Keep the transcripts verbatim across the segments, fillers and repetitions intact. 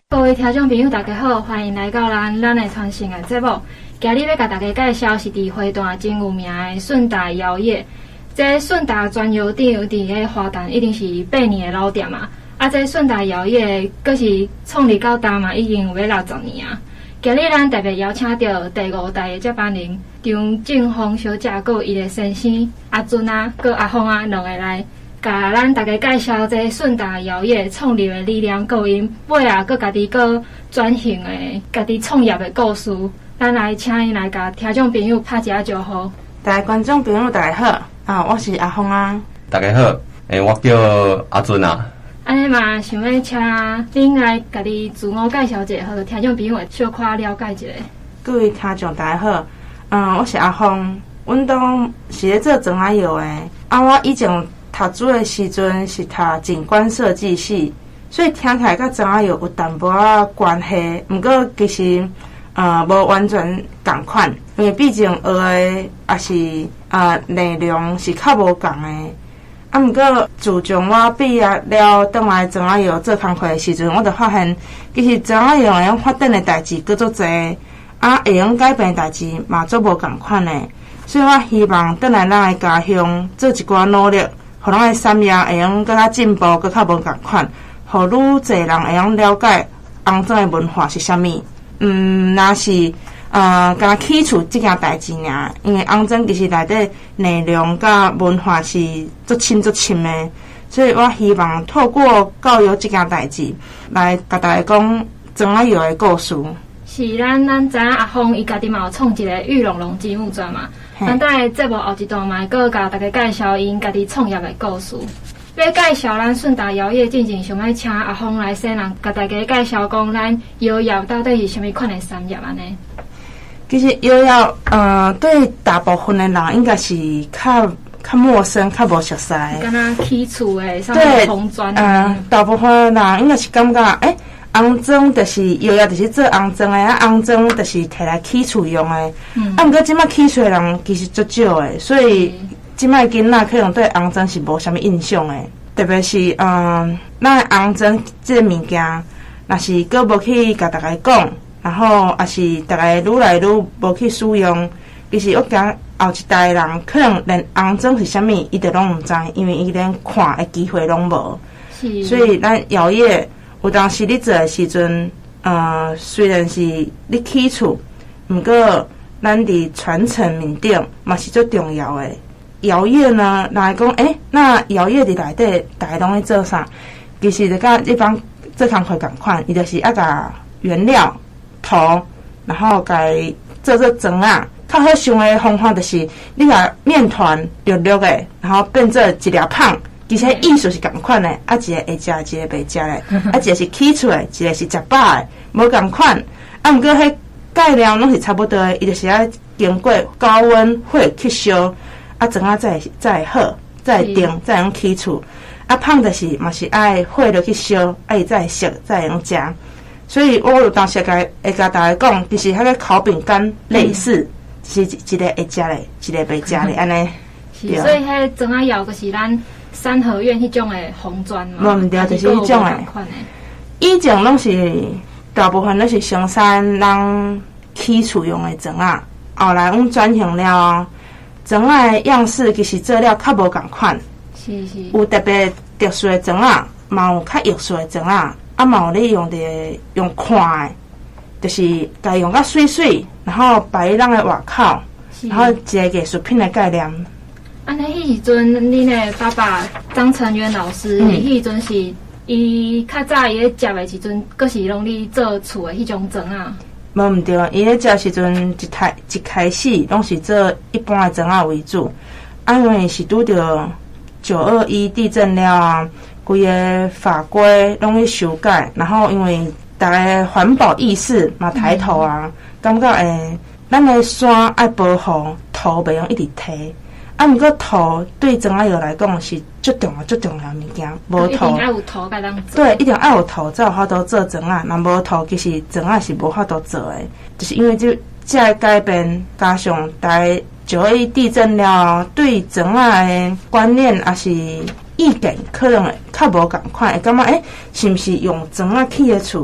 各位听众朋友，大家好，欢迎来到咱咱的传承的节目。今日要甲大家介绍是伫花坛真有名的顺达窑业。这顺达砖窑店伫个花坛一定是百年的老店嘛。啊，这顺达窑业佫是创立到今嘛，已经有要六十年啊。今日咱特别邀请到第五代的接班人张正峰小姐，佮伊的先生阿俊啊，佮阿峰啊，两个来。甲咱大家介绍这顺达窑业创立的理念，佮因尾啊，佮家己佮转型的家己创业的故事，咱来请伊来甲听众朋友拍一下招呼。 大家观众朋友大家好，啊，我是阿峰啊。 大家好，诶、欸，我叫阿俊啊。 安尼嘛，想要请恁来家己自我介绍一下，互听众朋友会小可了解一下。 各位听众大家好，嗯，我是阿峰，阮都是咧做砖仔窑的。啊，我以前读书的时阵是读景观设计系，所以听起来甲砖仔窑有淡薄仔关系。毋过其实呃无完全共款，因为毕竟学的也是呃内容是较无共的。啊，毋过自从我毕业了，转来砖仔窑做工课的时阵，我就发现其实砖仔窑会用发展的代志，搁足侪，啊会用改变的代志嘛足无共款的。所以我希望转来咱的家乡做一寡努力。互咱的产业会用更较进步，更较无共款，互愈侪人会用了解红砖的文化是啥物。嗯，若是呃，敢起厝即件代志尔，因为红砖其实内底内容甲文化是足深足深的，所以我希望透过教育即件代志来甲大家讲砖仔窑的故事。 是咱咱知影阿峰伊家己嘛有创一个玉龙龙积木砖嘛。咱等下节目后一段嘛，佮甲大家介绍因家己创业的故事。要介绍咱顺达窑业进前，想要请阿峰来先人甲大家介绍讲咱窑业到底是啥物款的产业安尼。 其实窑业呃，对大部分的人应该是较较陌生、较无熟悉。 敢若起厝的，啥物红砖。 呃，大部分人应该是感觉诶。欸红砖就是窑业，就是做红砖的啊，红砖就是摕来起厝用的。嗯、啊，毋过即摆起厝的人其实足少的，所以即摆囡仔可能对红砖是无啥物印象的。特别是嗯，咱红砖即个物件，若是搁无去甲大家讲，然后也是大家愈来愈无去使用，其实我惊后一代人可能连红砖是啥物，伊就拢毋知，因为伊连看的机会拢无。是，所以咱窑业。有当时你做的时阵，呃，虽然是你起厝，毋过咱伫传承面顶嘛是最重要的。窑业呢，来讲，诶、欸，那窑业伫内底，大家拢在做啥？其实就甲一般做工课共款，伊就是要甲原料涂，然后甲做做砖啊。较好想的方法就是，你甲面团绿绿的，然后变做一粒胖。其实意思是共款的，啊，一个会食，一个袂食的，啊，一个是起厝的，一个是食饱的，无共款。啊，毋过迄概念拢是差不多的，伊就是要经过高温火去烧，啊，砖仔才才会好，才会定，才会用起厝。啊，胖就是嘛是爱火落去烧，啊，伊才会熟，才会用食。所以我有当时甲会甲大家讲，其实迄个烤饼干类似，嗯、是一个会食的，一个袂食的，安尼。 是，所以迄砖仔窑就是咱。三合院迄种的红砖嘛， 无毋对，就是迄种的。以前拢是大部分都是上山人起厝用的砖仔，后来阮转型了，砖仔的样式其实做了较无共款。是是。有特别特殊的砖仔，嘛有较艺术的砖仔，啊嘛有咧用的用看的，就是家用较水水，然后摆在咱的外口，然后一个艺术品的概念。 安尼迄时阵，恁的爸爸张成元老师，伊迄时阵是伊较早伊咧食的时阵，阁是拢咧做厝的迄种砖啊。 无毋对，伊咧食时阵一开一开始拢是做一般的砖仔为主，啊，因为是拄着九二一地震了啊，规个法规拢咧修改，然后因为大家环保意识嘛抬头啊，嗯、感觉诶，咱的山爱保护，土袂用一直摕。啊，毋过土对砖仔窑来讲是最重要、最重要的物件。无土，一定要有土才能做。 对，一定要有土才有法度做砖仔。若无土，其实砖仔是无法度做的。就是因为这这个改变，加上在九二一地震了，对砖仔的观念也是意见，可能会较无共款。会感觉诶，是毋是用砖仔起的厝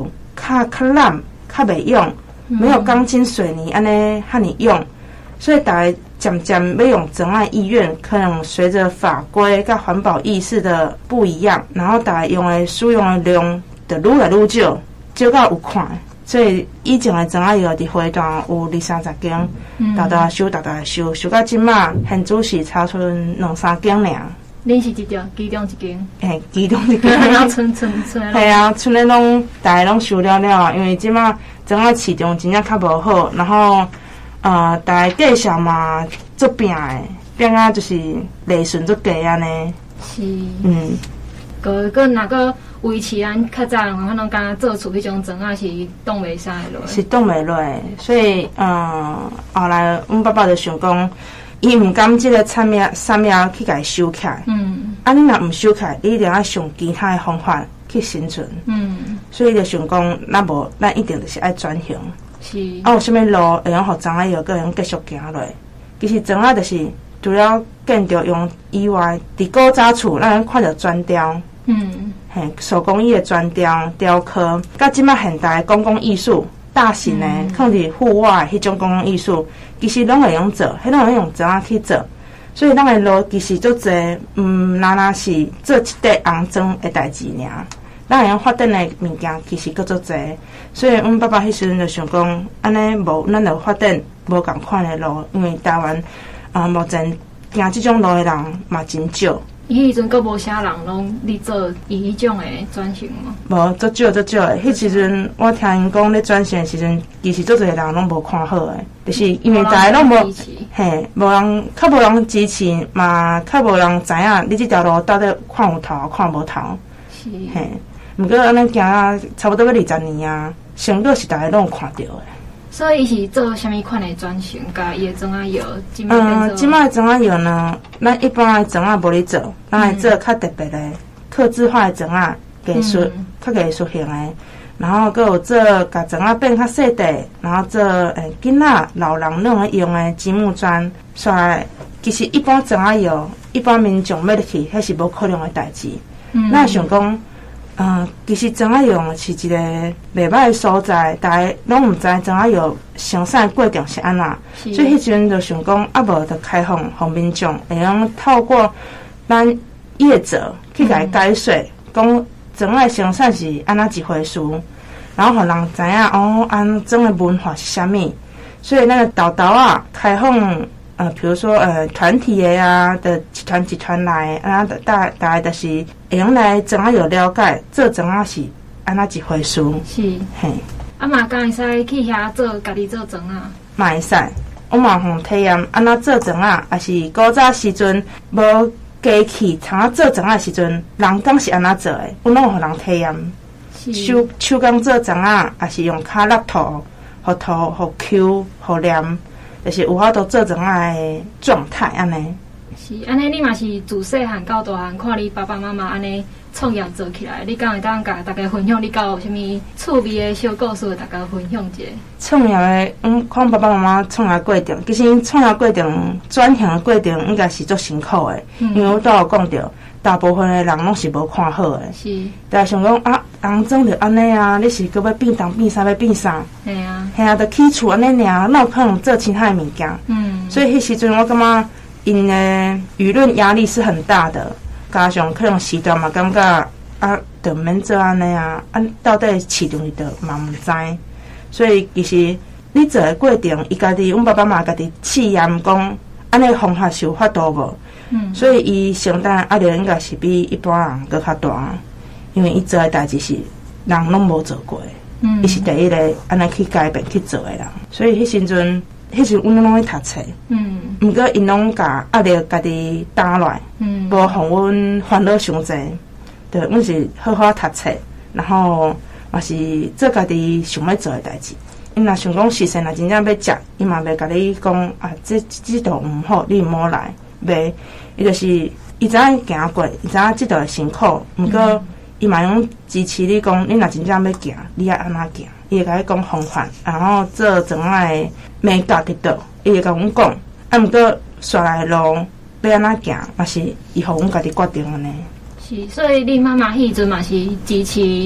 较较烂，较袂用，没有钢筋水泥安尼和你用，所以大家渐渐要用真爱意愿，可能随着法规跟环保意识的不一样，然后大家用的使用的量就愈来愈少，少到有看。所以以前的真爱药伫花东有二三十间，大大收大大收，收到即马现主是差剩两三间尔。 恁是一条，其中一间。 嘿，其中一间。 然后剩剩剩。 系啊，剩的拢大家拢收了了，因为即马真爱市场真正较无好，然后呃，大家介绍嘛做拼的，变啊就是利润足低安尼。 是。 嗯。 个个若个维持咱较早人可能敢做出迄种针啊是冻袂使落。 是冻袂落，所以嗯，后来阮爸爸就想讲。伊毋甘即个产业产业去甲伊收起来，嗯，啊，你若毋收起来，你一定要想其他的方法去生存，嗯，所以就想讲，咱无，咱一定就是爱转型，是，啊，有啥物路会用互真爱药个用继续行落？其实真爱就是除了建筑用以外，伫古早厝咱看着砖雕，嗯，嘿，手工艺的砖雕、雕刻，甲即摆现代的公共艺术。大型的，放伫户外迄种公共艺术，其实拢会用做，迄拢会用怎啊去做。所以咱的路其实足侪，嗯，哪哪是做一块红砖的代志尔。咱会用发展的物件，其实佫足侪。所以，阮爸爸迄时阵就想讲，安尼无，咱就发展无共款的路，因为台湾啊、呃，目前行即种路的人嘛真少。 伊迄阵佫无啥人拢咧做伊迄种的转型吗？ 无，足少足少的。迄时阵我听因讲咧转型的时阵，其实足侪人拢无看好的，就是因为大家拢无，嘿，无人较无人支持嘛，较无人知影你即条路到底看有头看无头。是。嘿，毋过安尼行啊，差不多要二十年啊，成果是大家拢有看到的。 所以伊是做啥物款的转型？甲伊的针啊药，即摆变做。嗯，即摆的针啊药呢，咱一般的针啊无咧做，咱来做较特别的、客制化的针啊技术，较艺术型的。然后佫有做甲针啊变较细块，然后做诶囡仔、老人拢会用的积木砖。所以其实一般针啊药，一般民众要入去，迄是无可能的代志。嗯。咱想讲。嗯，其实针啊药是一个袂歹的所在，大家拢毋知针啊药生产过程是安怎，所以迄阵就想讲，啊无就开放，互民众会用透过咱业者去甲伊解说，讲针啊生产是安怎一回事，然后互人知影哦，安针的文化是啥物，所以那个豆豆啊开放。呃，比如说呃，团体的啊的集团集团来，啊，大大概就是会用来怎啊有了解，做怎啊是安那一回事。 是，嘿。啊嘛，敢会使去遐做家己做针啊？ 嘛会使，我嘛互体验安那做针啊，也是古早时阵无机器，通啊做针啊时阵，人工是安那做的，我拢互人体验。手手工做针啊，也是用骹lap涂，互涂，互揪，互黏。就是有法度做成啊的状态安尼。 是安尼，你嘛是自细汉到大汉，看你爸爸妈妈安尼创业做起来，你敢会当甲大家分享？你敢有啥物趣味的小故事，大家分享一下？ 创业的，嗯，看爸爸妈妈创业过程，其实创业过程转型的过程应该是足辛苦的，嗯、因为我都有讲到，大部分的人拢是无看好的。是。但是想讲啊，人总着安尼啊，你是搁要变东变西要变啥？系啊。系啊，着起厝安尼尔，哪有可能做其他的物件？嗯。所以迄时阵我感觉，因的舆论压力是很大的，加上可能时段嘛感觉啊，着免做安尼啊，啊，到底市场是着嘛毋知，所以其实你做的过程，伊家己，阮爸爸妈妈家己试验讲，安尼方法是有法度无？嗯。所以伊承担压力应该是比一般人搁较大，因为伊做的代志是人拢无做过的。嗯，伊是第一个安尼去改变去做的人，所以迄时阵，迄时阮拢咧读册，嗯，毋过因拢甲压力家己担落，嗯，无互阮烦恼伤济，对，阮是好好读册，然后嘛是做家己想要做的代志。因若想讲时辰若真正要食，伊嘛袂甲你讲啊，这这道毋好，你毋好来，袂，伊就是伊知影行过，伊知影这道辛苦，毋过。嗯伊嘛用支持你讲，你若真正要行，你爱安怎行？伊会甲你讲方法，然后做怎啊的美感伫倒，伊会甲阮讲。啊，毋过刷来路要安怎行，嘛是伊互阮家己决定安尼。 是，所以你妈妈迄阵嘛是支持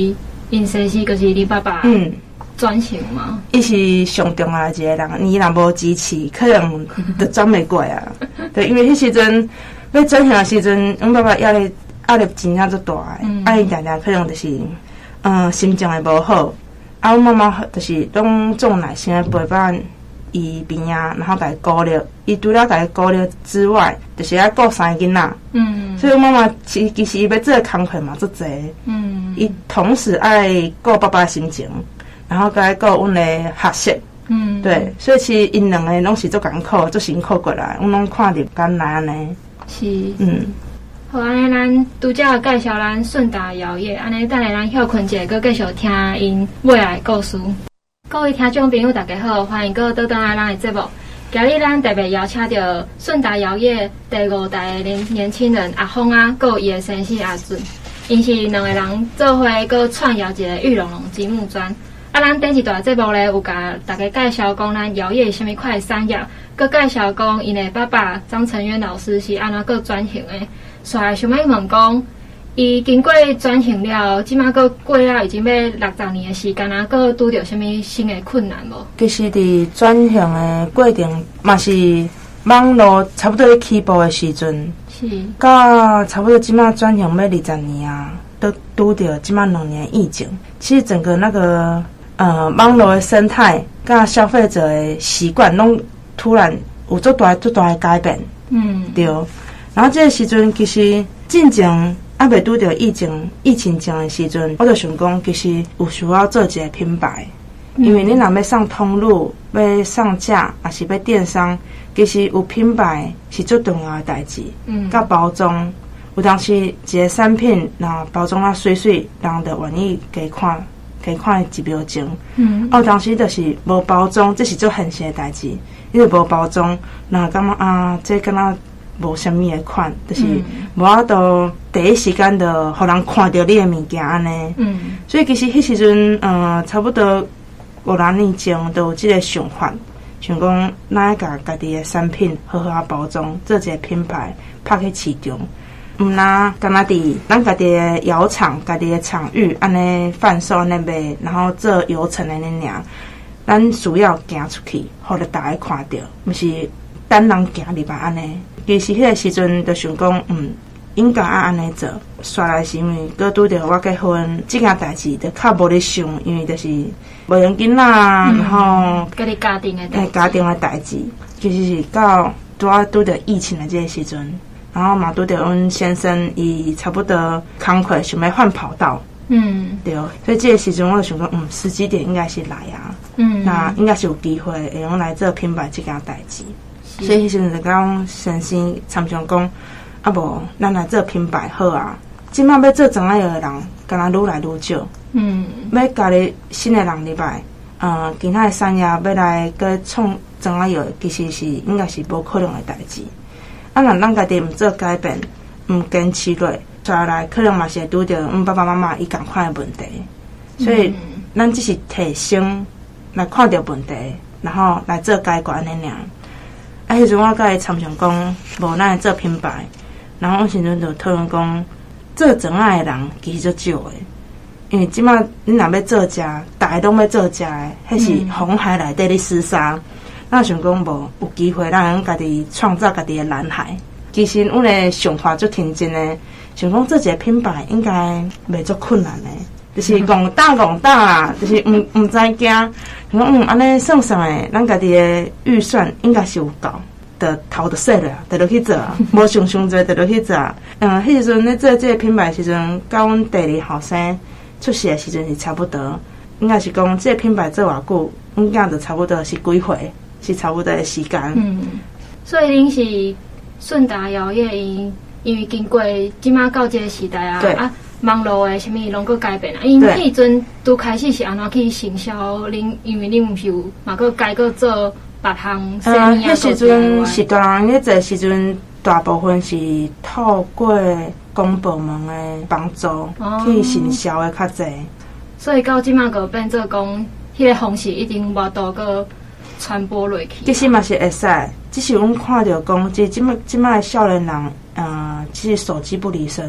因生是就是你爸爸嗯转型嘛， 伊是上重要的一个人，你若无支持，可能就转袂过啊。对，因为迄时阵要转型的时阵，阮爸爸压力压力真正足大的， 嗯啊，伊常常可能就是嗯心情会无好，啊，阮妈妈就是拢总耐心的陪伴伊边啊，然后甲伊顾虑，伊除了甲伊顾虑之外，就是爱顾三个囡仔。 嗯， 所以妈妈其其实伊要做的工课嘛足济， 嗯， 伊同时爱顾爸爸的心情，然后甲顾阮的学习。 嗯， 对，所以其实因两个拢是足艰苦、足辛苦过来，阮拢看着艰难安尼。 是， 嗯， 好，安尼咱拄则有介绍咱顺达谣业，安尼等下咱休困一下，搁继续听因未来故事。各位听众朋友，大家好，欢迎搁倒转来咱的节目。今日咱特别邀请到顺达谣业第五代的年年轻人阿峰啊，搁有伊的先生阿俊，因是两个人做伙搁创谣一个玉龙龙积木砖。啊，咱顶一段节目咧，有甲大家介绍讲咱谣业是虾米款的产业，搁介绍讲因的爸爸张成渊老师是安怎搁转型的。所以想要问讲，伊经过转型了，即马搁过了已经要六十年的时间啊，搁拄着虾米新的困难无？ 其实伫转型的过程，嘛是网络差不多咧起步的时阵， 是， 到差不多即马转型要二十年啊，都拄着即马两年的疫情。其实整个那个呃网络的生态，甲消费者的习惯，拢突然有足大足大的改变。 嗯， 对。然后这个时阵，其实进前还未拄着疫情疫情前的时阵，我就想讲，其实有需要做一个品牌，嗯、因为你若要上通路、要上架，还是要电商，其实有品牌是最重要的代志。嗯，甲包装，有当时一个产品，然后包装啊水水，人就愿意加看。加看一秒钟，嗯，哦，当时就是无包装，这是做现实的代志。因为无包装，那感觉啊，这敢若无啥物的款，就是无法度第一时间就互人看到你的物件安尼。嗯，所以其实迄时阵，呃，差不多五六年前都有即个想法，想讲哪会甲家己的产品好好包装，做一个品牌，拍去市场。毋那干那伫咱家己的窑厂、家己的场域安尼贩售安尼卖，然后做流程安尼尔，咱需要行出去，互着大家看到，毋是等人行入来安尼。其实迄个时阵就想讲，嗯，应该爱安尼做。煞来是因为搁拄着我结婚，即件代志就较无咧想，因为就是无养囡仔，然后家己家庭的代家庭的代志，其实是到拄啊拄着疫情的即个时阵。然后嘛，拄着阮先生，伊差不多工课想要换跑道，嗯，对，所以这个时阵我就想讲，嗯，时机点应该是来啊，嗯，那应该是有机会会用来做品牌这件代志，所以迄时阵就讲先生参详讲，啊无咱来做品牌好啊，即摆要做庄仔药的人，敢若愈来愈少，嗯，要加入新的人入来，呃，其他的产业要来搁创庄仔药，其实是应该是无可能的代志。啊，若咱家己毋做改变，毋坚持落，再来可能嘛是会拄着阮爸爸妈妈伊共款的问题，所以、嗯、咱只是提升来看到问题，然后来做解决安尼尔。啊，迄阵我甲伊参详讲，无咱会做品牌，然后我时阵就讨论讲，做庄仔的人其实足少的，因为即摆你若要做食，大家拢要做食的，迄是红海内底咧厮杀。那想讲无有机会让咱家己创造家己的蓝海。其实阮的想法足天真的，想讲做一个品牌应该袂足困难的，就是戆大戆大啦，就是毋毋知惊。想讲嗯安尼算算的，咱家己的预算应该是有够，就头就洗了，就落去做啊，无想伤济就落去做啊。嗯，迄时阵咧做这个品牌时阵，甲阮第二后生出世的时阵是差不多，应该是讲这个品牌做偌久，阮囝就差不多是几岁。是差不多的时间。嗯， 所以恁是顺达谣业，因因为经过即马到这个时代啊，啊，网络的什么拢个改变啊。因迄阵拄开始是安怎去行销恁？因为恁毋是有嘛个改个做别项生意啊。 迄时阵是大人咧做时阵，大部分是透过公部门的帮助、哦、去行销的较侪。 所以到即马个变做讲，迄个方式一定无多个。传播落去， 其实嘛是会使，只是阮看到讲，即即摆即摆的少年人，呃，其实手机不离身，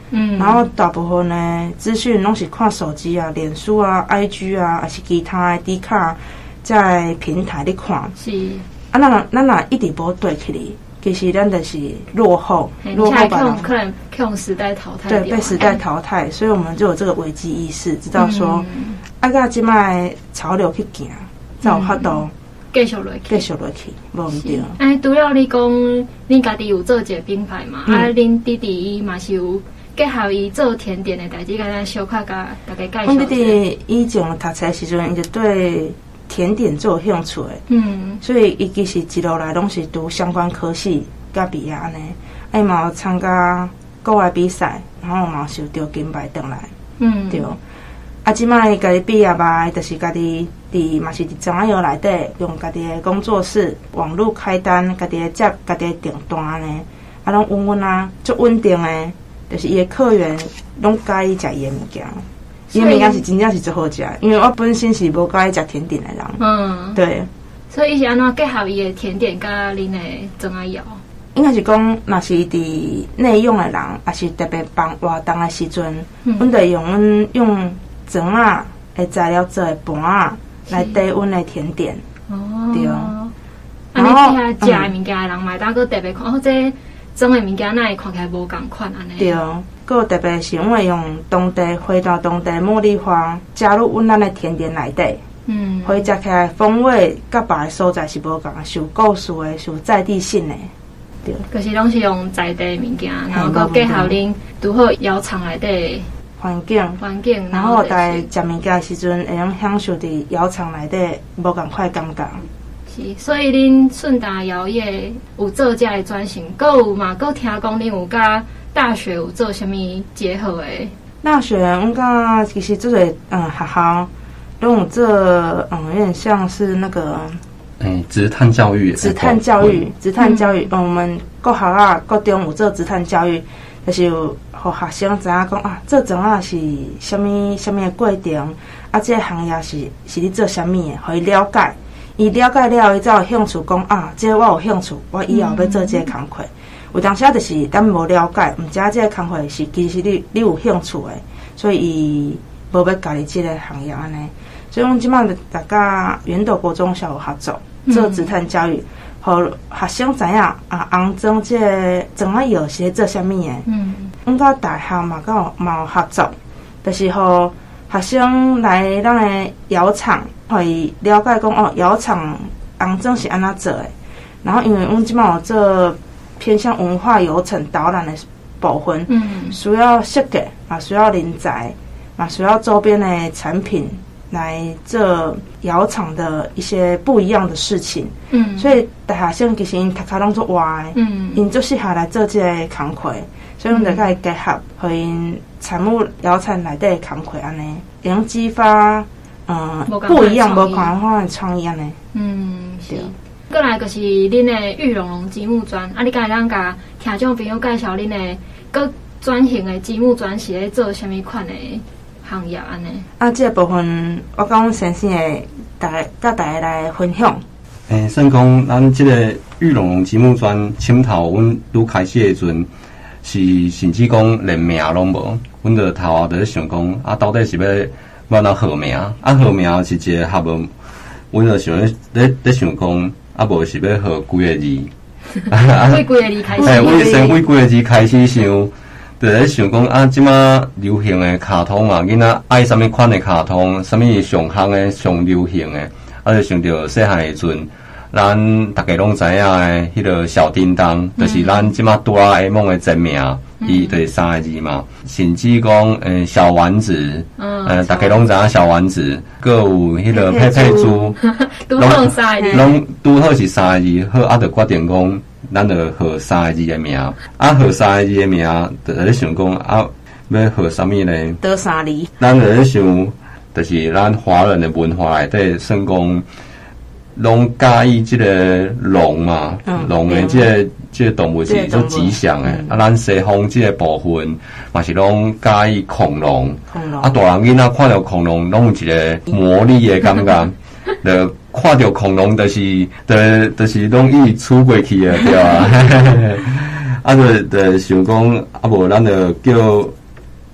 嗯，然后大部分呢资讯拢是看手机啊、脸书啊、I G 啊，还是其他的 D 卡在平台咧看。 是啊，咱咱若一直无对起哩，其实咱就是落后，落后吧， 可能被时代淘汰， 对，被时代淘汰，所以我们就有这个危机意识，知道说，啊，甲即摆潮流去行，才有法度继续落去， 继续落去，无毋对。 哎，除了你讲，恁家己有做一个品牌嘛？啊，恁弟弟伊嘛是有结合伊做甜点的代志，甲咱小可甲大家介绍。 阮弟弟以前读册时阵，伊就对甜点做有兴趣的，嗯，所以伊其实一路来拢是读相关科系甲毕业安尼，哎嘛有参加国外比赛，然后嘛受到金牌回来，嗯，对。啊，即摆家己毕业吧，就是家己伫嘛是伫中央药内底用家己的工作室网络开单，家己的接家己的订单呢，啊，拢稳稳啊，足稳定的，就是伊的客源拢介意食伊的物件。伊的物件是真正是最好食，因为我本身是无介意食甜点的人。嗯，对。 所以伊是安怎结合伊的甜点甲恁的中央药？ 应该是讲，若是伫内用的人，也是特别帮活动的时阵，阮、嗯、就用阮用庄仔的材料做的盘仔来底阮的甜点。哦，对。 安尼遐食的物件的人嘛，当个特别看，哦，这种的物件哪会看起来无共款安尼？ 对。个特别是阮会用当地回到当地茉莉花加入阮咱的甜点内底，嗯，会食起来风味甲别的所在是无共，是有故事的，是有在地性的。对， 可是拢是用在地物件，然后佮结合恁拄好窑厂内底环境， 环境， 然后在食物件的时阵会用享受伫窑厂内底无共款感觉。 是，所以恁顺达窑业有做遮的转型，佮有嘛，佮听讲恁有甲大学有做啥物结合的？ 大学阮甲其实做个嗯学校拢有做嗯有点像是那个。 哎，职探教育， 职探教育，职探教育，嗯，我们国校啊、国中有做职探教育，就是有互学生知影讲啊，做庄仔是虾米虾米的过程，啊，这个行业是是咧做虾米的，互伊了解，伊了解了，伊才有兴趣讲啊，这个我有兴趣，我以后要做这个工课。有当时啊，就是咱无了解，毋知影这个工课是其实你你有兴趣的，所以伊无要家己这个行业安尼。所以阮即摆就大家圆斗国中小有合作。做职探教育，互学生知影啊，红庄这个庄仔药是咧做啥物的？嗯，阮甲大学嘛，甲嘛有合作，就是互学生来咱的窑厂，互伊了解讲哦，窑厂红庄是安怎做的。然后因为阮即摆有做偏向文化游程导览的部分，嗯，需要设计，嘛需要人才，嘛需要周边的产品。来做窑厂的一些不一样的事情，嗯，所以大学生其实因读册拢做歪，嗯，因就适合来做这个工课，所以阮就甲伊结合，互因参与窑厂内底的工课安尼，会用激发嗯不一样、无同款的创意安尼， 嗯，是。过来就是恁的玉龙龙积木砖，啊，你敢会当甲听众朋友介绍恁的各转型的积木砖是咧做啥物款的？行业安尼啊，这个部分我讲先生会大家甲大家来分享。 诶、欸，算讲咱这个玉龙龙积木砖签头，阮拄开始的时阵，是甚至讲连名拢无，阮着头后着想讲啊，到底是要要哪号名？啊，号名是一个学问，阮着想咧咧咧想讲，啊，无是要号几个字？ 为几个字开始？ 诶，为先为几个字开始想。就咧想讲啊，即马流行的卡通嘛，囡仔爱啥物款的卡通，啥物上行的、上流行的，啊，就想着细汉时阵，咱大家拢知影的，迄个小叮当，嗯、就是咱即马哆啦 A 梦的真名，伊、嗯、就是三个字嘛。甚至讲诶，小丸子，嗯，呃，大家拢知影小丸子，佮有迄个佩佩猪， 拢三个字， 拢拄好是三个字，好啊，就决定讲。咱就号三个字的名，啊，号三个字的名，就咧想讲啊，要号啥物呢？ 得三字。 咱就咧想，就是咱华人的文化内底，算讲拢介意即个龙嘛，龙、嗯、的即、这个即、这个动物是足吉祥的。嗯、啊，咱西方即个部分嘛是拢介意恐龙。恐龙。啊，大人囡仔看到恐龙，拢有一个魔力的感觉。就看到恐龙，就是就就是拢伊出过去啊，对啊。啊，就就想讲，啊无咱就叫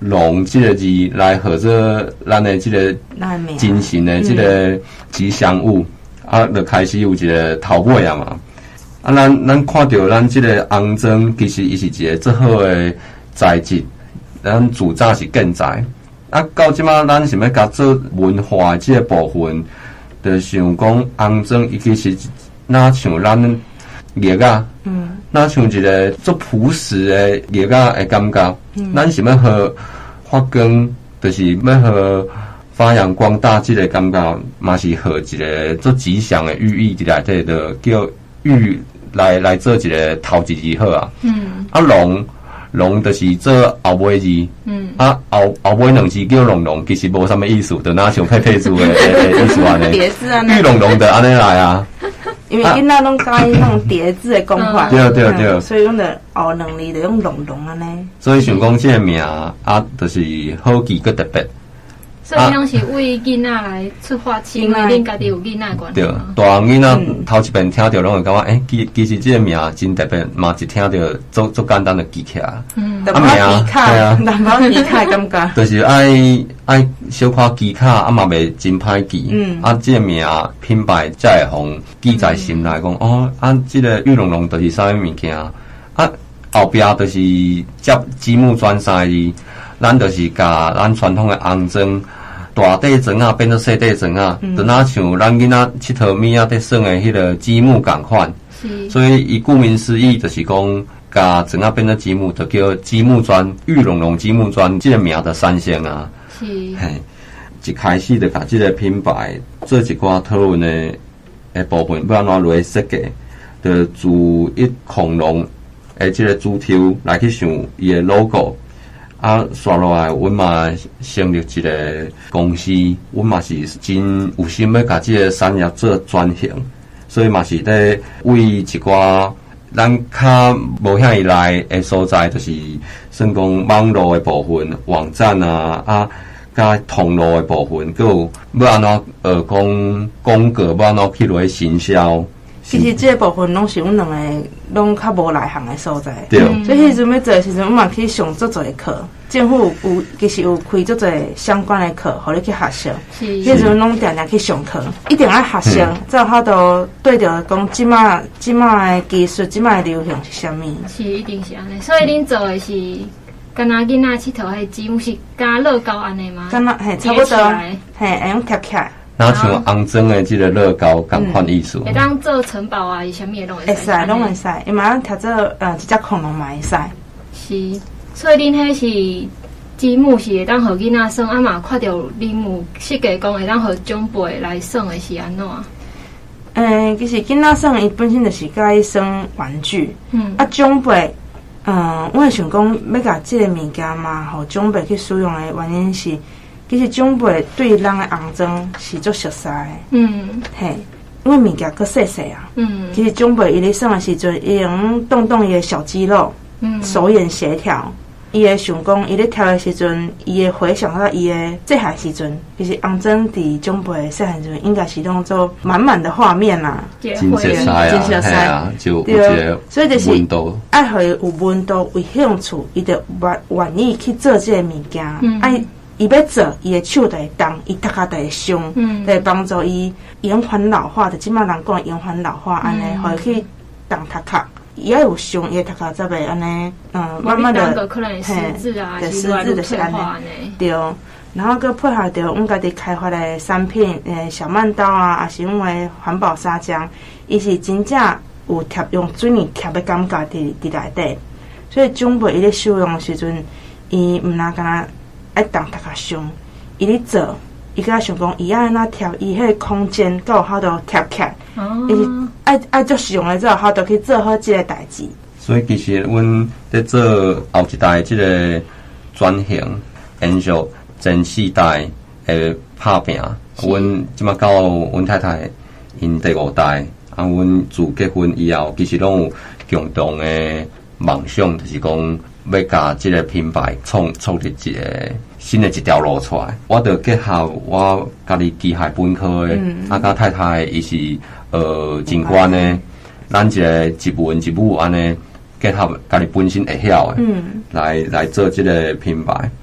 龙这个字来合作咱的这个精神的这个吉祥物，嗯、啊，就开始有一个头尾啊嘛。啊，咱咱看到咱这个红砖，其实伊是一个最好的材质，咱自早是建材。啊，到即马咱想要甲做文化这个部分，就想讲红砖，伊其实哪像咱叶啊，嗯，哪像一个做朴实的叶啊的感觉，嗯，咱想要和发光，就是要和发扬光大这个感觉，嘛是和一个做吉祥的寓意伫内底，就叫寓来来做一个头一字好啊。嗯，啊龙龙就是做后尾字，嗯，啊后后尾两字叫龙龙，其实无啥物意思，就哪像佩佩猪的意思安尼， 叠字安尼， 玉龙龙的安尼来啊。 因为囡仔拢介意那种叠字的讲法， 对对对， 所以用的后两字就用龙龙安尼。 所以想讲这个名啊，就是好记个特别。 所以拢是为囡仔来出发，是因为恁家己有囡仔关系。 对，大囡仔头一遍听到，拢会感觉，诶、欸，其其实这个名真特别，嘛一听到做做简单的记起来。嗯， 啊名，系啊，淡薄记卡感觉。 就是爱爱小可记卡，啊嘛袂真歹记。嗯，啊，这个名品牌才会互记在心内，讲、嗯、哦，啊，这个玉龙龙就是啥物物件，啊，后壁就是接积木砖三字，咱就是甲咱传统的红砖。大块砖啊变做小块砖啊，就哪像咱囡仔佚佗物仔伫耍的迄个积木共款。所以伊顾名思义，就是讲甲砖啊变做积木，就叫积木砖、玉龙龙积木砖，这个名的产生啊。是。嘿，一开始就甲这个品牌做一寡讨论的诶部分，要安怎落去设计，就自一恐龙诶这个主题来去想伊的 logo。啊，刷落来，阮嘛成立一个公司，阮嘛是真有心要甲即个产业做转型，所以嘛是咧为一寡咱较无遐依赖的所在，就是算讲网络的部分、网站啊，啊，甲通路的部分，佮有要安怎呃讲广告，要安怎去落去行销。 其实这个部分拢是阮两个拢较无内行的所在，对。所以迄阵要做的时阵，我嘛去上足侪课，政府有有其实有开足侪相关的课，互你去学习。迄阵拢定定去上课，一定要学习，才有法度对着讲即马即马的技术、即马的流行是啥物。 是一定是安尼，所以恁做的是，敢若囡仔佚佗迄积木是加乐高安尼吗？ 敢若嘿，差不多，嘿，会用贴起来。 那像红砖的这个乐高同款意思， 会当做城堡啊，伊啥物也拢会使。 会使，拢会使，伊嘛咱贴做呃一只恐龙嘛会使。 是，所以恁迄是积木是会当互囡仔耍，啊嘛看到恁有设计讲会当互长辈来耍的是安怎？ 诶，其实囡仔耍伊本身就是甲伊耍玩具，嗯，啊长辈，嗯，我想讲要甲即个物件嘛，互长辈去使用的原因是。其实长辈对咱的红砖是足熟悉的，嗯，嘿，因为物件搁细细啊，嗯，其实长辈伊咧耍的时阵，伊用动动伊的小肌肉，嗯，手眼协调，伊会想讲，伊咧跳的时阵，伊会回想到伊的细汉时阵，其实红砖伫长辈细汉时阵，应该是当做满满的画面啦， 真熟悉啊，真熟悉啊，就有一个所以就是爱互伊有温度、有兴趣，伊就愿愿意去做这个物件，爱。伊要做，伊的手就会动，伊头壳就会伤，嗯，就会帮助伊延缓老化的。即马人讲延缓老化，安尼，互伊去动头壳。伊要有伤，伊的头壳才袂安尼，嗯，慢慢的， 嘿，失智啊， 失智就是安尼，对。然后佮配合着阮家己开发的产品，诶，小曼刀啊，也是因为环保砂浆，伊是真正有贴用水泥贴的感觉伫伫内底，所以长辈伊咧使用的时阵，伊毋若干若。爱动头壳伤，伊咧做，伊佮想讲，伊爱安怎调伊迄个空间，佮有法度贴起来，伊是爱爱足实用的，才有法度去做好即个代志。 所以其实阮在做后一代即个转型，延续前四代的拍拼。阮即马到阮太太因第五代，啊，阮自结婚以后，其实拢有共同的梦想，就是讲。要甲即个品牌创创立一个新的一条路出来，我着结合我家己机械本科的，嗯、啊，甲太太伊是呃景观的，咱一个一文一武安尼结合家己本身会晓的，嗯、来来做即个品牌。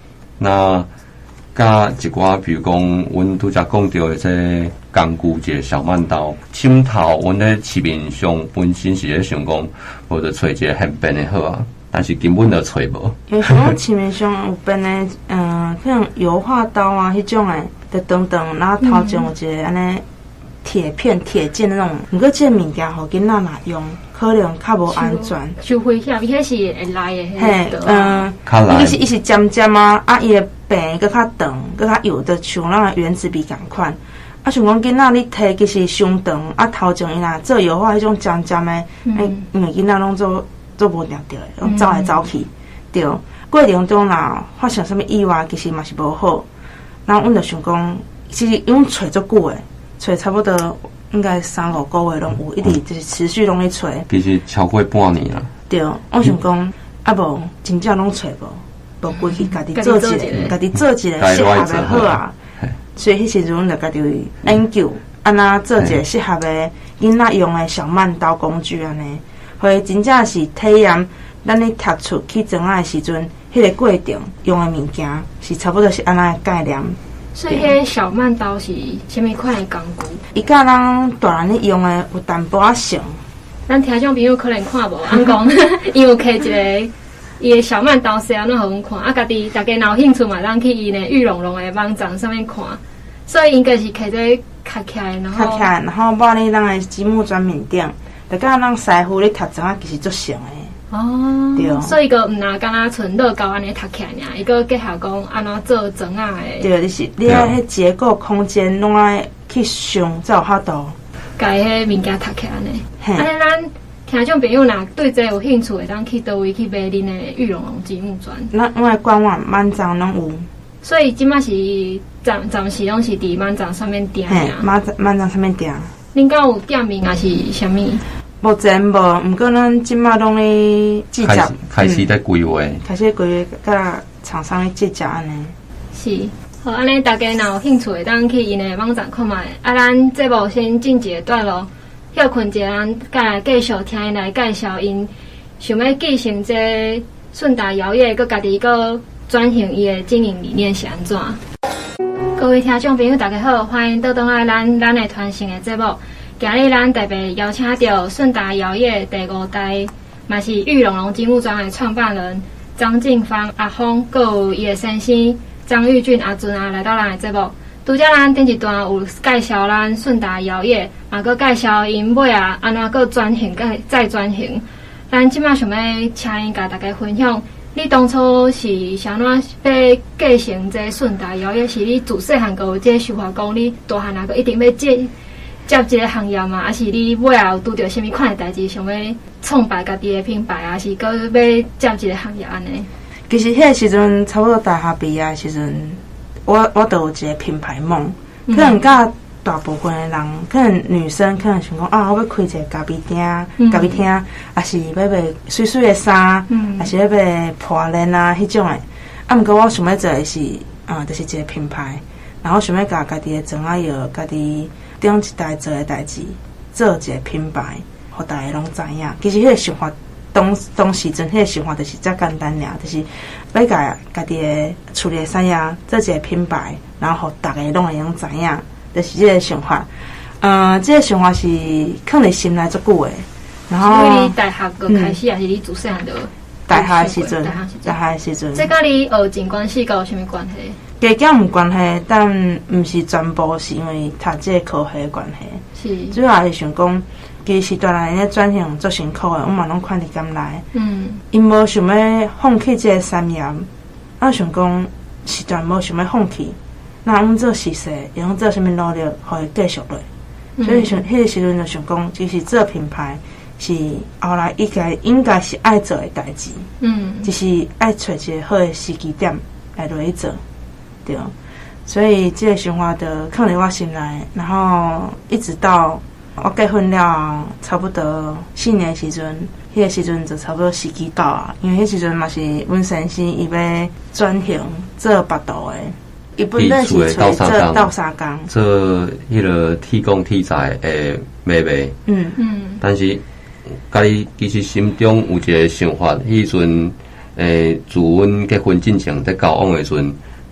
那甲一寡，比如讲，阮拄则讲到的这工具，一个小慢刀，镜头，阮咧市面上本身是咧想讲，或者找一个很便的好啊，但是根本就找无。 有时候市面上有便的，嗯，可能油画刀啊，迄种诶，就等等，然后头前有一个安尼铁片、铁件的那种，毋过这物件互囡仔若用，可能较无安全。 受危险，伊迄是会来的。 嘿，嗯，伊是伊是尖尖啊，啊，伊的柄搁较长，搁较有的像咱的原子笔共款。啊，像讲囡仔你摕其实伤长，啊头前伊若做油画迄种尖尖的，哎、嗯，因为囡仔拢做做无定着的，拢走来走去，对。过程中若发生什么意外，其实嘛是无好。然后阮就想讲，其实因为找足久的，找差不多应该三五个月拢有，一直就是持续拢咧找。 其实超过半年啦。 对，我想讲，啊无真正拢找无，无规去家己做一个，家己做一个适合的好啊。所以迄时阵就家己研究，安那做一个适合的囡仔用的小慢刀工具安尼，所以真正是体验咱咧读册去装仔的时阵，迄个过程用的物件是差不多是安那概念。 所以迄小慢刀是啥物款的工具？ 伊甲咱大人咧用的有淡薄仔像。 咱听众朋友可能看无，俺讲伊有摕一个伊的小慢刀是安怎互阮看，啊，家己大家若有兴趣嘛，咱去伊的玉龙龙的网站上面看。所以应该是摕这卡起来，然后卡起来，然后放咧咱的积木砖面顶，就甲咱师傅咧读章啊，其实足像的。 哦， 对， 所以个毋若敢若纯乐高安尼读起来尔，伊个结合讲安怎做砖仔的。 对，就是你爱迄结构空间拢爱去想，才有法度。 甲迄物件读起来呢。安尼咱听众朋友若对这有兴趣的，咱去倒位去买恁的玉龙龙积木砖。 咱我的官网满站拢有。 所以即马是暂暂时拢是伫满站上面订嘿，满满站上面订。 恁敢有店名还是啥物？ 目前无，毋过咱即马拢咧制作， 开始在规划， 开始规划，甲厂商咧制作安尼。 是，好，安尼大家若有兴趣的，当去因的网站看卖。啊，咱节目先进一个段落，休困一下，咱再来继续听因来介绍因想要继承这顺达窑业，佮家己佮转型伊的经营理念是安怎？各位听众朋友，大家好，欢迎倒转来咱咱的传承的节目。今日咱特别邀请到顺达窑业第五代，嘛是玉龙龙积木砖的创办人张进芳阿峰，佮有伊的先生张玉俊阿尊啊，来到咱的节目。拄则咱顶一段有介绍咱顺达窑业，嘛佮介绍因尾啊安怎佮转型，佮再转型。咱即马想要请因甲大家分享。你当初是啥怎要继承这顺达窑业？是你自细汉就有这想法，讲你大汉啊，个一定要接接这个行业嘛？还是你尾后有拄着什么款的代志，想要创办家己的品牌，还是搁要接这个行业安尼？ 其实迄个时阵，差不多大学毕业的时阵，我我都有一个品牌梦，可能甲大部分的人，可能女生可能想讲啊，我要开一个咖啡店、咖啡厅，还是要卖水水的衫，还是要卖破链啊迄种的。啊，毋过我想要做的是，啊，就是一个品牌，然后想要甲家己的砖仔药、家己顶一代做的代志，做一个品牌，互大家拢知影。其实迄个想法，当当时阵迄个想法就是遮简单尔，就是要甲家己的厝里的产业做一个品牌，然后互大家拢会用知影。就是这个想法，呃，这个想法是放在心内足久的。然后， 因为你大学就开始，还是你自细汉就大学的时阵，大学的时阵， 这甲你学进关系有啥物关系？ 加减有关系，但毋是全部是因为读这个科系的关系。是，主要是想讲，其实大人咧转型做辛苦的，我嘛拢看伫甘来。嗯，因无想要放弃这个产业，我想讲是全无想要放弃。那阮做实习，用做啥物努力，互伊继续落。嗯、所以想，迄个时阵就想讲，其实做品牌是后来应该应该是爱做的代志。嗯，就是爱找一个好的时机点来落去做，对。所以这个想法就放伫我心内，然后一直到我结婚了，差不多四年的时阵，迄、那个时阵就差不多时机到啊。因为迄时阵嘛是阮先生伊要转型做别道的。伊本来是做斗相工， 做迄个铁工铁材的卖卖。嗯嗯。但是，家己其实心中有一个想法，迄阵，诶，自阮结婚进程在交往的时阵，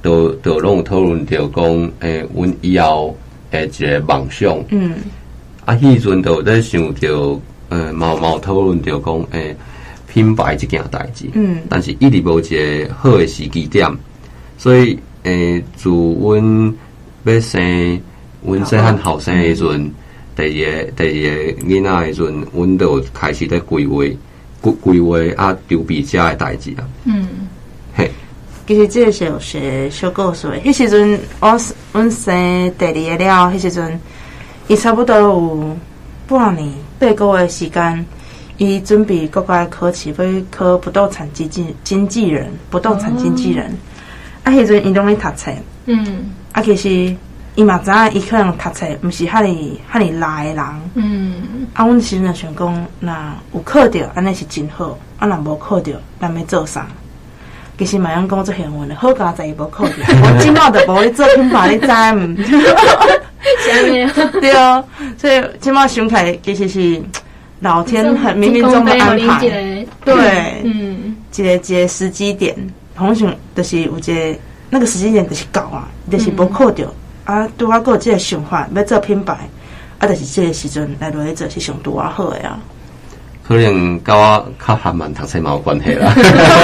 都都拢有讨论着讲，诶，阮以后诶一个梦想。嗯。啊，迄阵就在想着，呃，嘛嘛有讨论着讲，诶，品牌这件代志。嗯。但是一直无一个好诶时机点，所以诶，自阮要生阮细汉后生诶时阵，第二个第二个囡仔诶时阵，阮就开始咧规划规规划啊筹备遮诶代志啊。嗯。嘿。 其实这个是有些小故事的。迄时阵我阮生第二个了，迄时阵伊差不多有半年八个月时间，伊准备国家考试，要考不动产经纪经纪人，不动产经纪人。啊，迄阵伊拢咧读册。嗯。啊，其实伊嘛知影，伊可能读册毋是遐尼遐尼拉的人。嗯。啊，阮时阵就想讲，若有考着，安尼是真好；啊，若无考着，咱要做啥？其实嘛，样讲做幸运的，好佳在伊无考着。我即马就无咧做品牌，你知毋？ 是安尼啊？ 对啊，所以即马想起来，其实是老天很冥冥中的安排。对，嗯，一个一个时机点，好像就是有一个那个时机点就是到啊，就是无考着啊，拄啊，有即个想法要做品牌，啊，就是即个时阵来落去做是上拄啊好的啊。 可能甲我较含慢读册嘛有关系啦。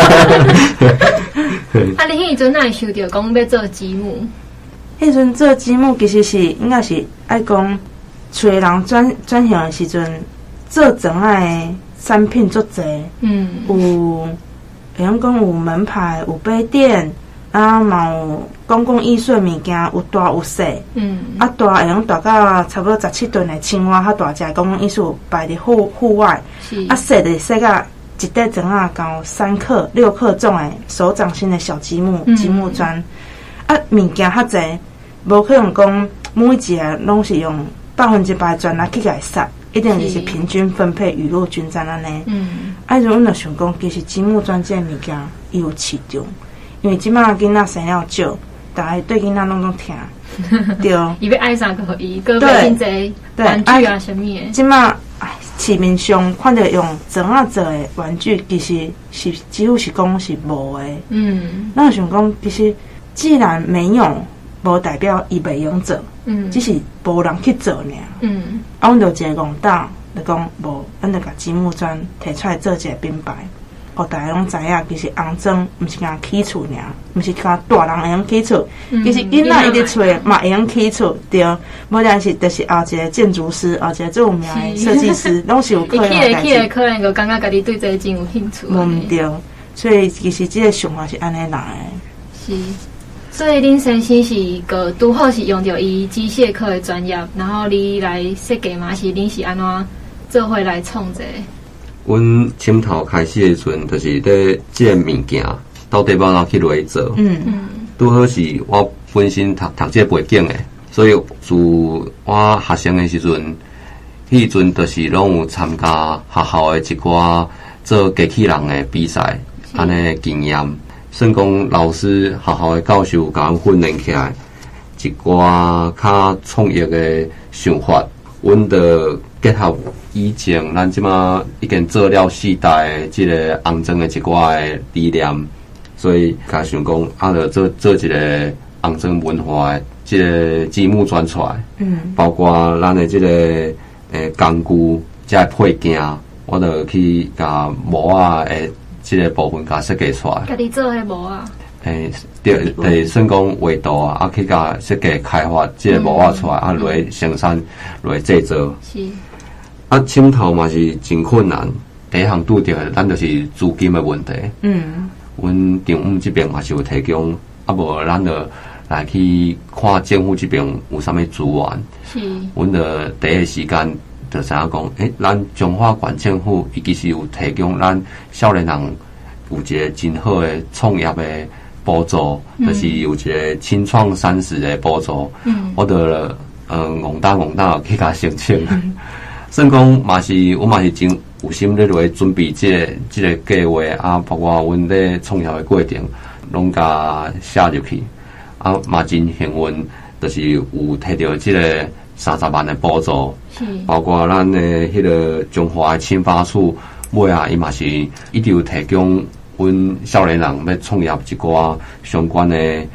啊，你迄阵哪会想着讲要做节目？ 迄阵做节目其实是应该是爱讲，找人转转型的时阵，做整爱产品做侪，嗯，有会晓讲有门牌，有杯店，啊，嘛有公共艺术物件，有大有细，嗯，啊大会晓大到差不多十七吨的青蛙，较大只公共艺术摆伫户户外，啊细的细到一块砖啊，到三克、六克重的手掌心的小积木、积木砖，啊物件较侪，无可能讲每一个拢是用百分之百砖来去甲伊杀，一定就是平均分配雨露均沾安尼。嗯，啊，就阮就想讲，其实积木砖这物件伊有市场。因为即摆囡仔生了少，大家对囡仔拢拢疼，对。 伊要爱啥个伊，个买真济玩具啊，什么的。 即摆市面上看到用砖仔做的玩具，其实是几乎是讲是无的。嗯。那我想讲，其实既然没有，无代表伊袂用做，嗯，只是无人去做尔。嗯。啊，阮就一个戆大，就讲无，咱就甲积木砖摕出来做一个品牌。互大家拢知影，其实红砖毋是干起厝尔，毋是干大人会用起厝，其实囡仔伊伫厝嘛会用起厝，对。无但是就是后一个建筑师，后一个最有名的设计师，拢是有可能的代志。伊起来可能就感觉家己对这个真有兴趣。 无毋对，所以其实即个想法是安尼来的。 是，所以恁先生是个拄好是用着伊机械科的专业，然后你来设计嘛，是恁是安怎做伙来创这个？ 阮深头开始的时阵，就是咧即个物件到底要哪去落去做。嗯嗯。拄好是我本身读读即个背景的，所以自我学生的时阵，迄阵就是拢有参加学校的一寡做机器人的比赛，安尼经验。算讲老师学校的教授甲阮训练起来，一寡较创业的想法，阮着结合以前咱即马已经做了世代的即个红砖的一寡的理念，所以甲想讲啊，着做做一个红砖文化的即个积木砖出来，嗯，包括咱的即个诶工具、即个配件，我着去甲模啊诶即个部分甲设计出来。 家己做迄模啊？ 诶，对，对，算讲画图啊，啊去甲设计开发即个模啊出来，啊落生产落制作。是。啊，深头嘛是真困难。第一项拄着的，咱就是资金的问题。嗯，阮政府这边嘛是有提供，啊无咱就来去看政府这边有啥物资源。是，阮就第一时间就知影讲，诶，咱中华县政府伊其实有提供咱少年人有一个真好的创业的补助，嗯、就是有一个青创三十的补助。嗯，我就嗯戆打戆打去甲申请。嗯算讲嘛是，我嘛是真有心咧落去准备即、這個即、這個计划啊，包括阮咧创业的过程，拢甲写入去。啊，嘛真幸运，就是有摕到即个三十万的补助，包括咱的迄个中华的青发处，尾啊，伊嘛是一直有提供阮少年人要创业一寡相关的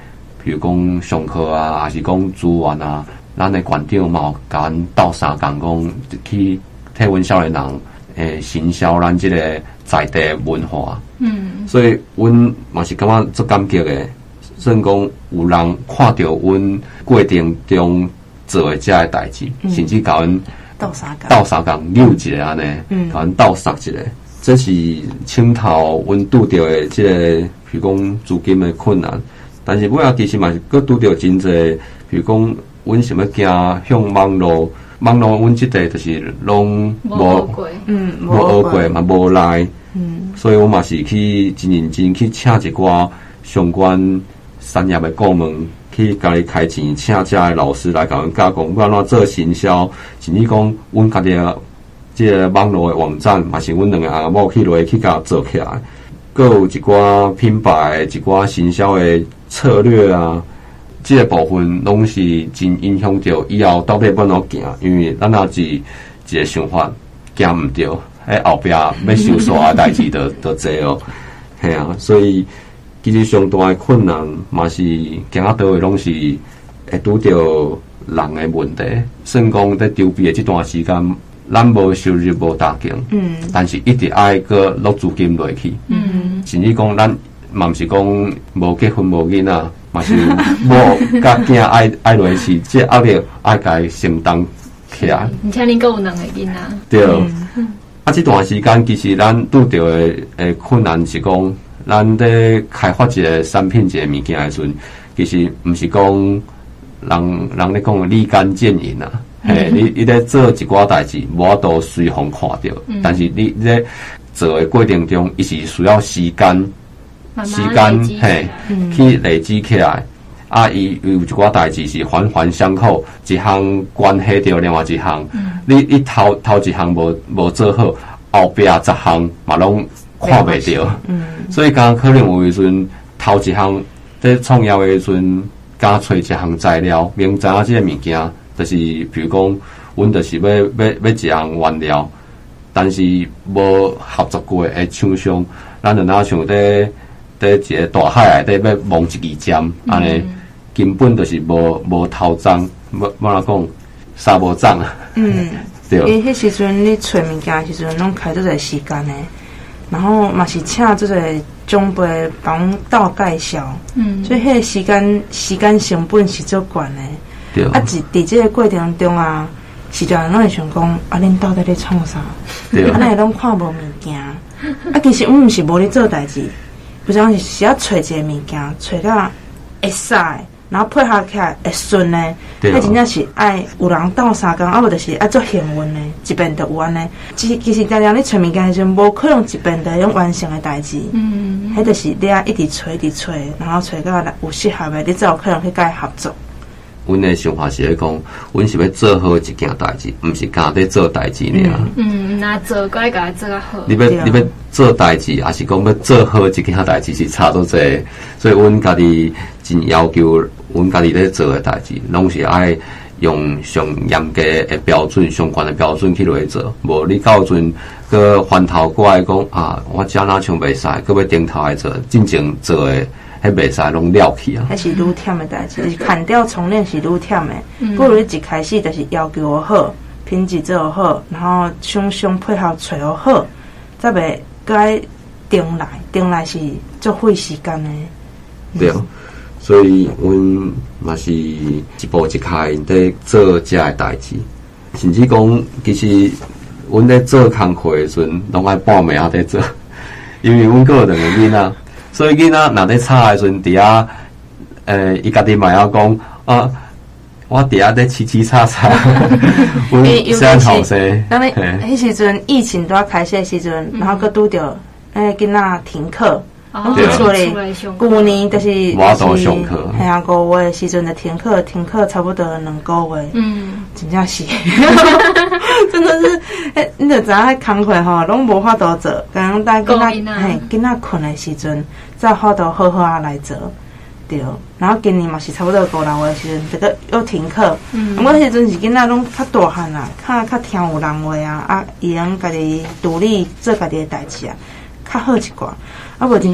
比如讲上课啊，还是讲资源啊，咱的馆长嘛有甲阮斗相共讲去替阮少年人诶行销咱即个在地文化。嗯，所以阮嘛是感觉足感激的，算讲有人看到阮过程中做的遮个代志，嗯、甚至甲阮斗相共， 斗相共溜一个安尼，甲阮斗杀一个。这是请头阮拄着的即、这个，比如讲资金的困难，但是尾仔其实嘛是佫拄着真侪，比如讲阮想要行向网络，网络阮即块就是拢无， 嗯， 无学过嘛，无来，嗯，所以我嘛是去真认真去请一寡相关产业的顾问，去家己开钱，请遮的老师来甲阮教讲，要安怎做行销，甚至讲阮家己啊。即个网络的网站嘛是阮两个阿某去落去甲做起来，佮有一寡品牌、一寡行销的策略啊，即、這個部分拢是真影响着以后到底要怎行，因为咱若是一个想法行毋着，喺后壁要收煞的代志就就侪哦，系啊，所以其实上大的困难嘛是行啊倒位拢是会拄着人的问题，算讲在筹备的这段时间。咱无收入无大经，嗯，但是一直爱个落资金落去，嗯，甚至讲咱嘛毋是讲无结婚无囡仔，嘛是无甲囝爱爱落去，即压力爱家承担起来。 而且恁阁有两个囡仔， 对。嗯、啊，这段时间其实咱拄着的诶困难是讲，咱在开发一个产品一个物件的时阵，其实毋是讲人人咧讲立竿见影啊。嘿，你你咧做一寡代志，无法度随风看到，嗯、但是你你咧做的过程中，伊是需要时间，时间嘿、嗯、去累积起来。啊，伊有一寡代志是环环相扣，一项关系到另外一项。嗯、你你头头一项无无做好，后壁十项嘛拢看袂到。嗯、所以刚可能有时阵头一项在创业的时阵，刚找一项材料，明知影即个物件。就是，比如讲，阮就是要要要一项原料，但是无合作过的厂商，咱就哪像在在一个大海内底要蒙一支针，安尼、嗯、根本就是无无头章，要要怎讲，沙无章啊。嗯，对。 伊迄时阵你找物件时阵，拢开做侪时间的，然后嘛是请做侪长辈帮斗介绍，嗯，所以迄个时间时间成本是足悬的。啊！伫伫即个过程中啊，时常拢会想讲，啊，恁到底咧创啥？啊，咱拢看无物件。啊，其实阮毋是无咧做代志，有阵是是要找一个物件，找到会使，然后配合起来会顺呢。迄真正是爱有人斗相共，啊无就是爱做幸运呢，一遍就有安尼。其其实常常咧找物件时阵，无可能一遍就用完成的代志。嗯，迄就是你啊一直找，一直找，然后找到有适合的，你才有可能去甲伊合作。 阮的想法是咧讲，阮是要做好一件代志，毋是干在做代志尔。 嗯，那做该甲做较好。 你要你要做代志，还是讲要做好一件代志是差多济。所以阮家己真要求，阮家己咧做的代志，拢是爱用上严格的标准、相关的标准去落去做。无你到阵个翻头过来讲啊，我遮哪像袂使，搁要顶头来做，真正做的。迄袂使拢了去啊！ 迄是愈忝的代志，就是砍掉重练是愈忝的。嗯、不如你一开始就是要求好，品质做好，然后厂商配合找好，才袂该定来。定来是足费时间的。 对啊，所以阮嘛是一步一开在做遮个代志，甚至讲其实阮在做工课的时阵，拢爱半暝仔在做，因为阮个有两个囡仔。所以囡仔若咧吵诶时阵，伫遐，诶，伊家己嘛要讲啊，我伫遐咧凄凄惨惨，阮生后生。 当然，迄时阵疫情拄啊开始诶时阵，然后佮拄着诶囡仔停课，拢伫厝咧。旧年就是我都上课， 系啊，五月诶时阵就停课，停课差不多两个月。嗯，真正是，真的是，诶，你就知影迄工课吼，拢无法度做，刚刚等囡仔嘿囡仔困诶时阵。再好都好好啊来做，对。然后今年嘛是差不多五六月时阵，这个又停课。嗯。毋过迄阵是囡仔拢较大汉啦，较较听有人话啊，啊，伊能家己独立做家己的代志啊，较好一寡。啊，无真正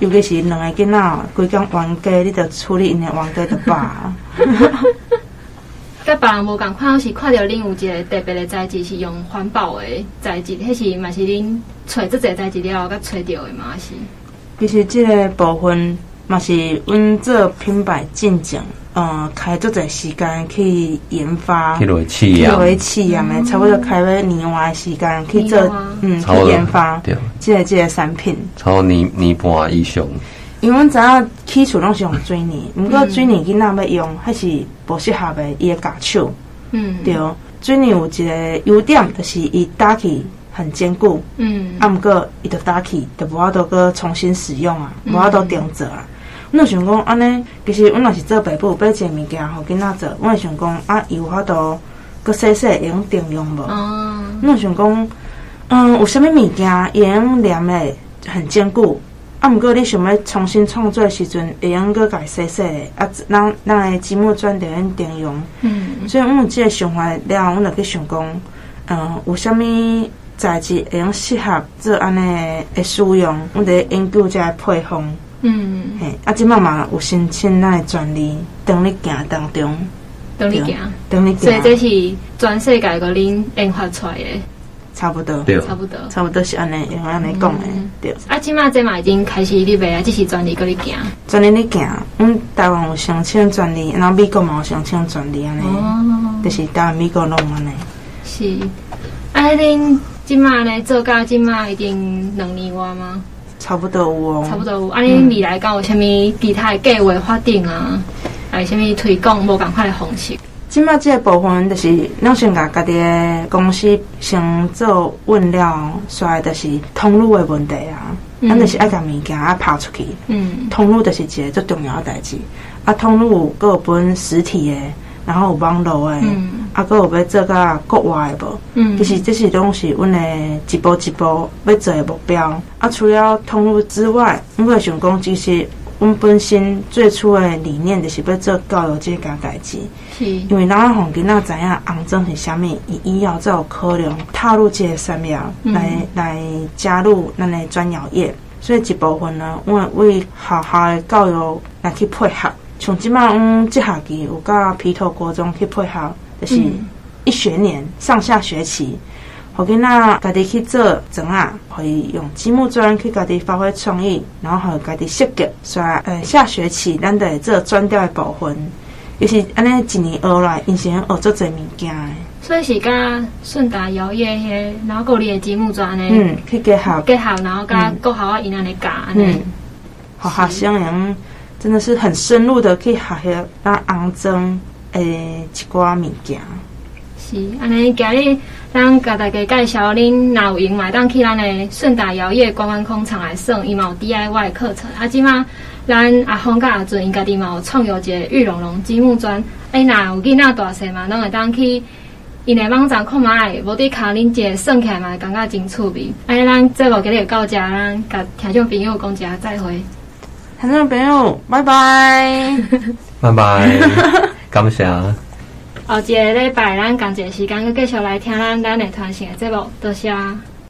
尤其是两个囡仔，规工冤家，你着处理因的冤家就罢啊。 甲别人无共款，是看到恁有一个特别的材质是用环保的材质，迄是嘛是恁找这侪材质了后，甲找到的嘛是？ 其实这个部分嘛是阮做品牌进前，呃，开足侪时间去研发， 去落试验， 去落试验的，差不多开要年外的时间去做，嗯，去研发这个这个产品， 超年年半以上。 因为阮知影起厝拢是用水泥，毋过水泥囡仔要用，还是无适合的伊的脚手。嗯，对，水泥有一个优点，就是伊打起很坚固。嗯，啊，毋过伊着打起，就无法度搁重新使用啊，无法度重做啊。阮就想讲安尼，其实阮若是做爸母买一个物件互囡仔做，阮会想讲啊，伊有法度搁洗洗会用重用无？哦，阮就想讲，嗯，有啥物物件伊会用黏的很坚固。啊，毋过你想要重新创作的时阵，会用搁家洗洗的，啊，咱咱的积木砖就用电用。嗯，所以阮有即个想法了后，阮就去想讲，嗯，有啥物材质会用适合做安尼的使用，阮就研究这个配方。嗯，嘿，啊，即摆嘛有申请咱的专利，当你行当中。 当你行， 当你行。 所以这是全世界个恁研发出来的。 差不多， 对， 差不多， 差不多是安尼，用安尼讲的，对。 啊，即马这嘛已经开始你卖啊，只是专利搁你行。 专利你行，阮台湾有申请专利，然后美国嘛有申请专利安尼，哦，就是台湾、美国拢安尼。 是，啊，恁即马呢做到即马已经两年外吗？ 差不多有哦。 差不多有。啊，恁未来敢有啥物其他的计划发展啊？还是啥物推广无共款的方式？ 即摆即个部分，就是咱先甲家己的公司先做问了，所以就是通路的问题啊。咱、嗯、就是爱甲物件啊拍出去。嗯，通路就是一个最重要的代志。啊，通路佮有分实体的，然后有网络的，嗯、啊，佮有要做甲国外的无。嗯，其实这是拢是阮的一步一步要做的目标。啊，除了通路之外，阮会想讲，其实阮本身最初的理念就是要做教育这件代志。因为咱要互囡仔知影红针是啥物，伊以后才有可能踏入这个产业，嗯、来来加入咱的转药业。所以一部分呢，我为学校的教育来去配合。像即摆阮这学期有甲皮头国中去配合，就是一学年、嗯、上下学期，互囡仔家己去做砖啊，可以用积木砖去家己发挥创意，然后互家己设计。所以呃，下学期咱就会做砖雕的部分。就是安尼一年学来，因是学做侪物件诶。 所以是甲顺达摇曳迄，然后佮你的积木砖呢， 嗯，去结合， 结合，然后甲国校啊因安尼教安尼。 互学生人真的是很深入的去学习咱红针诶一寡物件。 是安尼，今日咱甲大家介绍，恁若有闲嘛，当去咱的顺达摇曳观光工厂来耍，伊嘛有 D I Y 课程，啊，即马。咱阿峰甲阿俊因家己嘛有创有一个玉龙龙积木砖，哎，若有囡仔大细嘛，拢会当去因的网站看卖，无伫卡恁一个算起来嘛，感觉真趣味。哎，咱节目今日就到这，咱甲听众朋友讲一下再会。 听众朋友，拜拜， 拜拜，感谢。 后一个礼拜，咱同一个时间，佮继续来听咱咱的传承的节目，多谢。